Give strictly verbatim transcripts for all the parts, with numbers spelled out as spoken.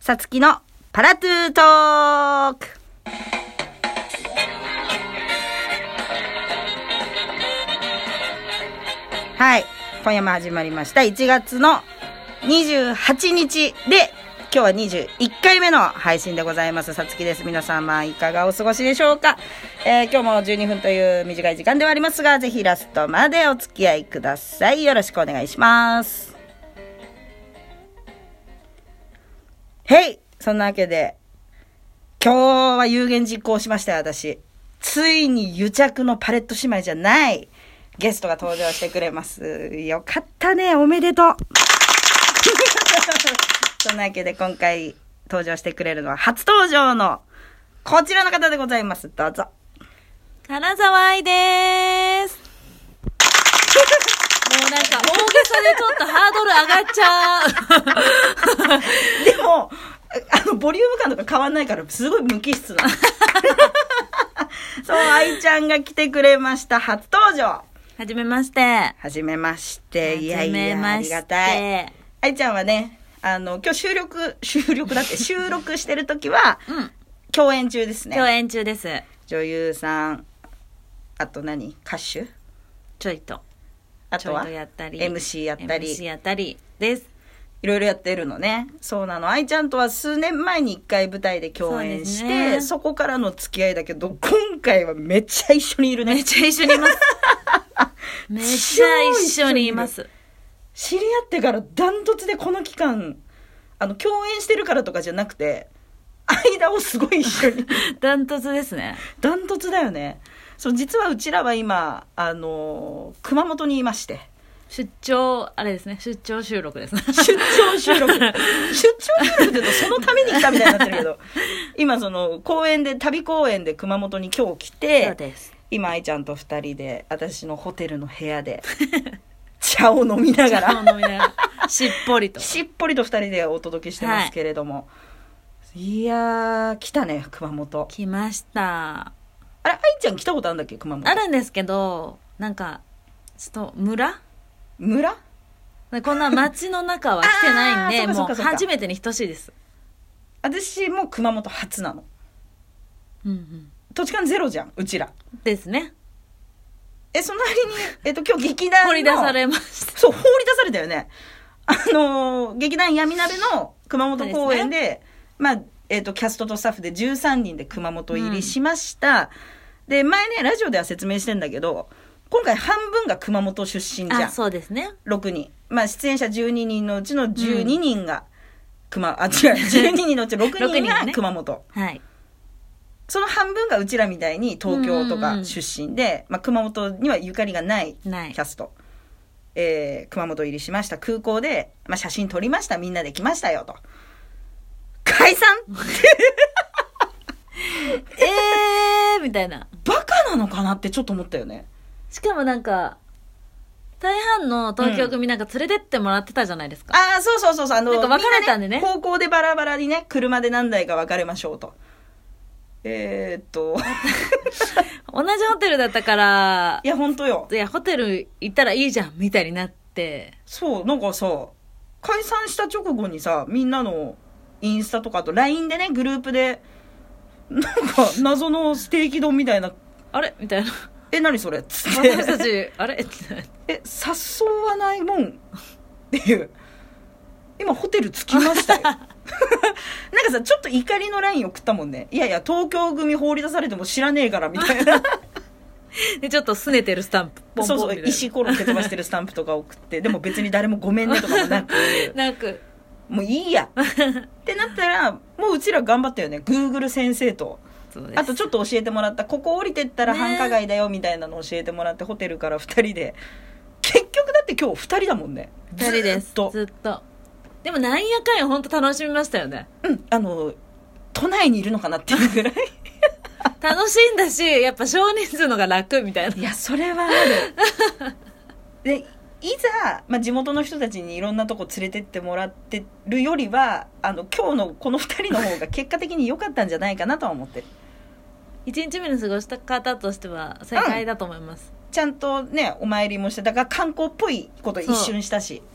さつきのパラトゥートーク。はい、今夜も始まりました。いちがつのにじゅうはちにちで、今日はにじゅういっかいめの配信でございます。さつきです。皆様いかがお過ごしでしょうか。えー、今日もじゅうにふんという短い時間ではありますが、ぜひラストまでお付き合いください。よろしくお願いします。へい、そんなわけで今日は有言実行しましたよ。私ついに癒着のパレット姉妹じゃないゲストが登場してくれます。よかったね、おめでとうそんなわけで今回登場してくれるのは初登場のこちらの方でございます。どうぞ。 金沢愛でーす。もうなんか大げさでちょっとハードル上がっちゃうでもあのボリューム感とか変わんないからすごい無機質なそう、愛ちゃんが来てくれました。初登場。 はじめまして。 はじめまして。いやいや、ありがたい。愛ちゃんはね、あの今日収録収録だって収録してる時は、うん、共演中ですね。 共演中です。 女優さん、あと何、歌手ちょいと、 あとはちょいとやったりエムシー やったりエムシー やったりです。 いろいろやってるのね。そうなの。愛ちゃんとは数年前に一回舞台で共演して そ,、ね、そこからの付き合いだけど、今回はめっちゃ一緒にいるね。 めっちゃ一緒にいますめっちゃ一緒にいます。 知り合ってからダントツでこの期間、あの共演してるからとかじゃなくて、間をすごい一緒にダントツですね。 ダントツだよね。そう、実はうちらは今あの熊本にいまして、 出張あれですね、出張収録ですね。 出張収録出張収録って言うとそのために来たみたいになってるけど今その公演で旅公演で熊本に今日来て、 そうです。 今愛ちゃんと二人で私のホテルの部屋で茶を飲みながら茶を飲みながらしっぽりとしっぽりと二人でお届けしてますけれども、はい、いやー来たね熊本。 来ました。 あれ、愛ちゃん来たことあるんだっけ熊本。 あるんですけど、なんかちょっと村村こんな街の中は来てないんでもう初めてに等しいです。 私も熊本初なの。 うんうん、 土地勘ゼロじゃんうちらですね。 え、その割にえっと今日劇団の放り出されました。 そう、放り出されたよね。あのー、劇団闇鍋の熊本公演 で, で、ね、まあえっとキャストとスタッフでじゅうさんにんで熊本入りしました、うん、で前ねラジオでは説明してんだけど、今回半分が熊本出身じゃん。 あ、そうですね。 ろくにん、まあ出演者じゅうににんのうちのじゅうににんが熊、うん、あ違うじゅうににんのうちろくにんが熊本、 ね、はい。 その半分がうちらみたいに東京とか出身で、うんうんうん、まあ、熊本にはゆかりがないキャスト、えー、熊本入りしました。空港で、まあ、写真撮りました。みんなで来ましたよと。解散えーみたいな。 バカなのかなってちょっと思ったよね。 しかもなんか大半の東京組なんか連れてってもらってたじゃないですか、 うん、ああそうそうそうそう、あのなんか別れたんでね、 高校でバラバラにね車で何台か別れましょうと。えー、っと同じホテルだったから、 いや本当よ、 いやホテル行ったらいいじゃんみたいになって、 そうなんかさ解散した直後にさ、みんなのインスタとかあと ライン でねグループでなんか謎のステーキ丼みたいなあれみたいな、 え何それっつって私たちあれえ殺相はないもんっていう、今ホテル着きましたよなんかさちょっと怒りのライン送ったもんね。いやいや東京組放り出されても知らねえからみたいなでちょっと拗ねてるスタンプポンポン、 そうそう石ころ蹴飛ばしてるスタンプとか送ってでも別に誰もごめんねとかもなくなくもういいやってなったら、もううちら頑張ったよね。 Google 先生とあとちょっと教えてもらった、ここ降りてったら繁華街だよみたいなの教えてもらって、ホテルからふたりで、結局だって今日ふたりだもんね。 ふたりです、ずっとずっと。でもなんやかんや本当楽しみましたよね。 うん、あの都内にいるのかなっていうぐらい楽しいんだし、やっぱ少人数のが楽みたいな。 いやそれはあるでいざ、まあ、地元の人たちにいろんなとこ連れてってもらってるよりは、あの今日のこのふたりの方が結果的に良かったんじゃないかなとは思ってるいちにちめの過ごした方としては正解だと思います、 うん、ちゃんとねお参りもして、だから観光っぽいこと一瞬したし、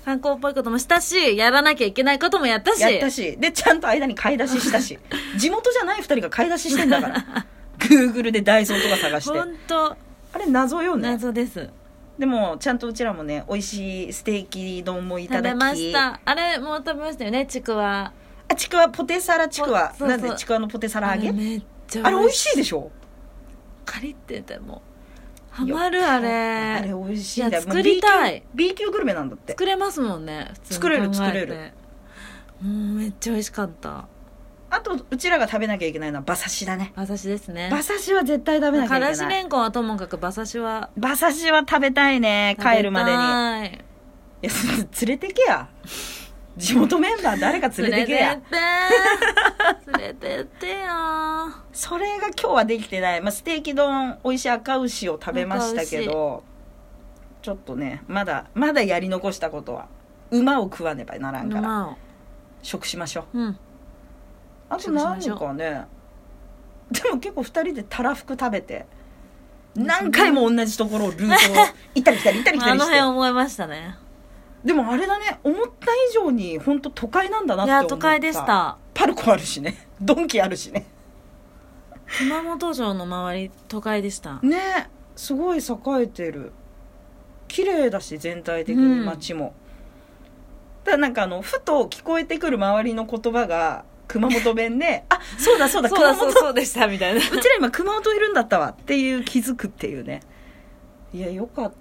観光っぽいこともしたし、やらなきゃいけないこともやったし。 やったし。で、ちゃんと間に買い出ししたし。地元じゃない二人が買い出ししてんだから。Google でダイソーとか探して。 ほんと。 あれ謎よね。 謎です。 でも、ちゃんとうちらもね、美味しいステーキ丼もいただき。 食べました。あれもう食べましたよね、ちくわ。 あ、ちくわ、ポテサラちくわ。 そうそうなんでちくわのポテサラ揚げ？ あれめっちゃ美味しい。 あれ美味しいでしょ？ カリってても。ハマるあれ。 あれ美味しいんだよ。 作りたい。 B 級グルメなんだって。 作れますもんね。普通に作れる作れる。 もうめっちゃ美味しかった。 あとうちらが食べなきゃいけないのは馬刺しだね。 馬刺しですね。 馬刺しは絶対食べなきゃいけない。 からしれんこんはともかく馬刺しは。 馬刺しは食べたいね。帰るまでに。いや、連れてけや。地元メンバー誰か連れてけや。 連れてって連れてってよ。 それが今日はできてない。まあ、ステーキ丼美味しい赤牛を食べましたけど、ちょっとねまだまだやり残したことは馬を食わねばならんから馬を食しましょう。 うん。 あと何かね。でも結構ふたりでたらふく食べて何回も同じところをルートを行ったり来たり行ったり来たりして、 あの辺思いましたね。 でもあれだね、思った以上に本当都会なんだなって思った。 いや都会でした。 パルコあるしね、ドンキあるしね。 熊本城の周り都会でしたね。すごい栄えてる。綺麗だし全体的に街も、うん、だからなんかあのふと聞こえてくる周りの言葉が熊本弁であ、そうだそうだそうだそうそうでしたみたいな。 うちら今熊本いるんだったわっていう気づくっていうね。いやよかった。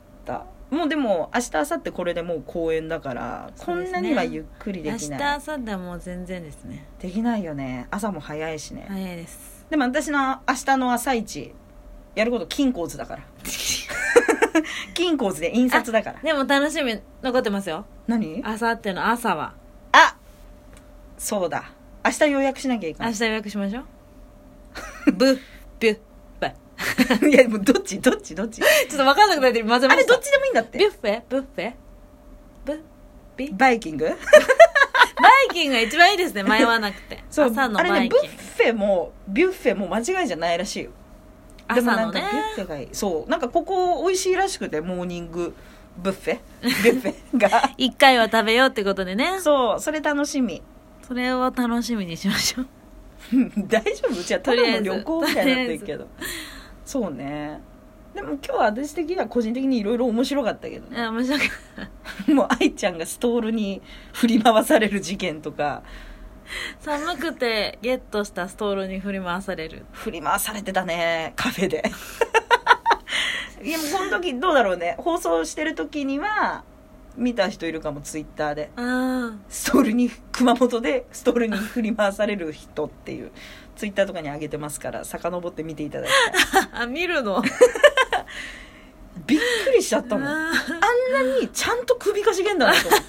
もうでも明日明後日これでもう公演だから、ね、こんなにはゆっくりできない。 明日明後日はもう全然ですね。 できないよね。朝も早いしね。 早いです。 でも私の明日の朝一やること金鉱図だから金鉱図で印刷だから。 でも楽しみ残ってますよ。 何？ 明後日の朝は。 あ、そうだ、明日予約しなきゃいけない。 明日予約しましょう。ブッビュッいやもうどっちどっちどっちちょっと分かんなくなって混ぜました。 あれどっちでもいいんだって。 ビュッフェブッフェブビバイキングバイキングが一番いいですね、迷わなくて。 そう朝のバイキング。 あれね、ブッフェもビュッフェも間違いじゃないらしいよ。でもなんかビュッフェがいい。そうなんかここ美味しいらしくて、モーニングブッフェビュッフェが一回は食べようってことでね。 そう、それ楽しみ。 それを楽しみにしましょう。 大丈夫？うちはただの旅行みたいになってるけど。そうね。でも今日は私的には個人的にいろいろ面白かったけどね。 いや面白かった。もう愛ちゃんがストールに振り回される事件とか、 寒くてゲットしたストールに振り回される。 振り回されてたね、カフェで。いやもうこの時どうだろうね、放送してる時には見た人いるかも、ツイッターで。 あ、 ストールに、熊本でストールに振り回される人っていうツイッターとかに上げてますから、遡って見ていただきたい。 あ、見るのびっくりしちゃったもん。あんなにちゃんと首かしげんだなと思って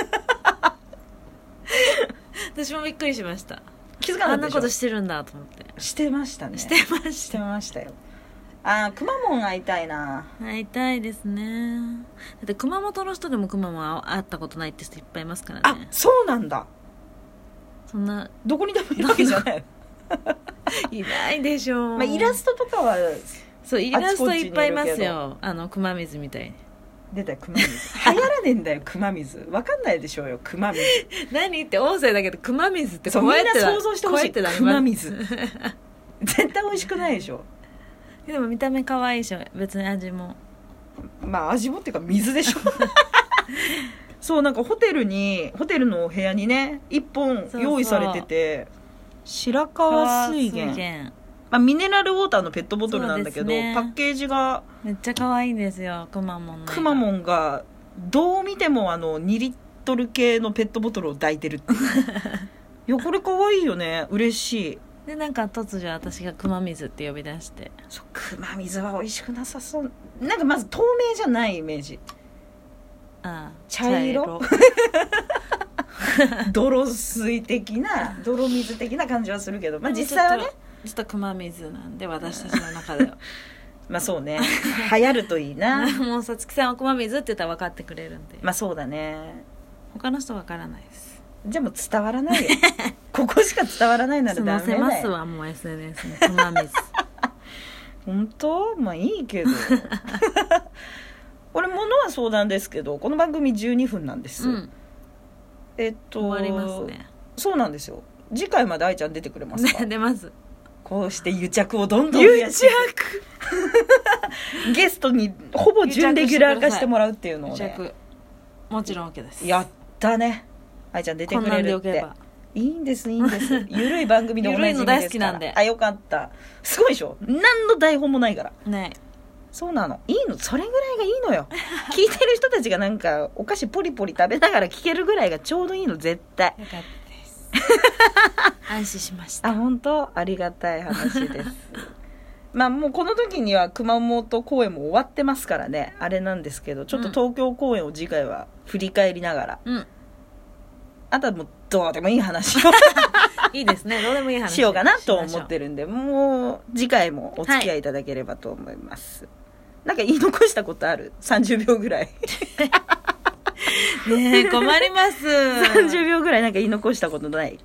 私もびっくりしました。 気づかなかったでしょ。 あんなことしてるんだと思って。 してましたね。 してましたしてましたよ。あー、くまモン会いたいな。 会いたいですね。だって熊本の人でもくまモン会ったことないって人いっぱいいますからね。 あ、そうなんだ。 そんなどこにでもいるわけじゃないいないでしょう。 まあイラストとかはそう、イラストいっぱいいますよ。あの熊水みたいに出たよ、熊水。流行らねえんだよ、熊水。わかんないでしょうよ、熊水。 何って音声だけど熊水ってこそう、 うやってみんな想像してほしい。熊水絶対美味しくないでしょ。 でも見た目可愛いでしょ、別に味も。 まあ味もっていうか水でしょそう、なんかホテルにホテルのお部屋にね一本用意されてて、そうそう、白川水源、まあ、ミネラルウォーターのペットボトルなんだけど、ね、パッケージがめっちゃ可愛いんですよ。くまモンのくまモンがどう見てもあのにリットル系のペットボトルを抱いてるっていういやこれ可愛いよね、嬉しい。 でなんか突如私が熊水って呼び出して、 そう、熊水は美味しくなさそう。なんかまず透明じゃないイメージ。 ああ、 茶色泥水的な泥水的な感じはするけど、まあ実際はねちょっと熊水なんで私たちの中ではまあそうね、流行るといいなもうさつきさんは熊水って言ったら分かってくれるんで。 まあそうだね。 他の人分からないです。 じゃあもう伝わらないよここしか伝わらないならダメだよ。 載せますわ、もう エスエヌエス に熊水本当？まあいいけど俺物は相談ですけど、この番組じゅうにふんなんです、うん、えっと終わりますね。 そうなんですよ。次回まで愛ちゃん出てくれますか？ ね、出ます。 こうして癒着をどんどん増やしてゲストにほぼ準レギュラー化してもらうっていうのをね、 もちろん OK です。 やったね。愛ちゃん出てくれるって。いいんですいいんです。ゆるい番組でおなじみですから。ゆるいの大好きなんで。あ、よかった。すごいでしょ。何の台本もないからね。 そうなの。いいの。それぐらいがいいのよ。聞いてる人たちがなんかお菓子ポリポリ食べながら聞けるぐらいがちょうどいいの。絶対。よかったです。 安心しました。 あ、本当ありがたい話です。まあもうこの時には熊本公演も終わってますからね、あれなんですけど、ちょっと東京公演を次回は振り返りながら、うん、あとはもうどうでもいい話をいいですね、どうでもいい話しようかなと思ってるんで、もう次回もお付き合いいただければと思います、はい、なんか言い残したことある？さんじゅうびょうぐらいねえ、困りますさんじゅうびょうぐらいなんか言い残したことない？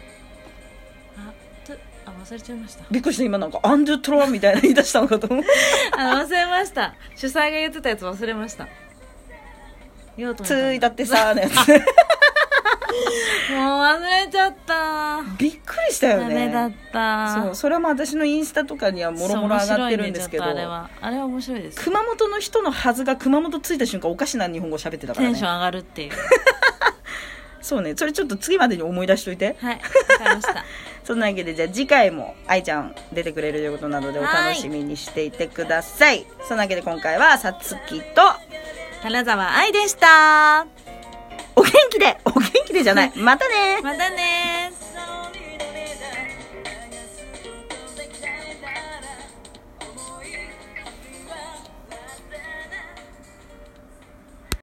あ、忘れちゃいました。 びっくりした。今なんかアンドゥトロワみたいな言い出したのかと思うあ、忘れました。主催が言ってたやつ忘れました。言おうと思ったついだってさーのやつもう忘れちゃった。 びっくりしたよね。 ダメだった。 そう、それも私のインスタとかにはもろもろ上がってるんですけど、 あれはあれは面白いです。 熊本の人のはずが熊本着いた瞬間おかしな日本語喋ってたからね。 テンション上がるっていうそうね、それちょっと次までに思い出しといて。 はい、わかりましたそんなわけで、じゃあ次回も愛ちゃん出てくれるということなのでお楽しみにしていてください。そんなわけで今回はさつきと金沢愛でした。 お元気でお元気でじゃないまたねまたね。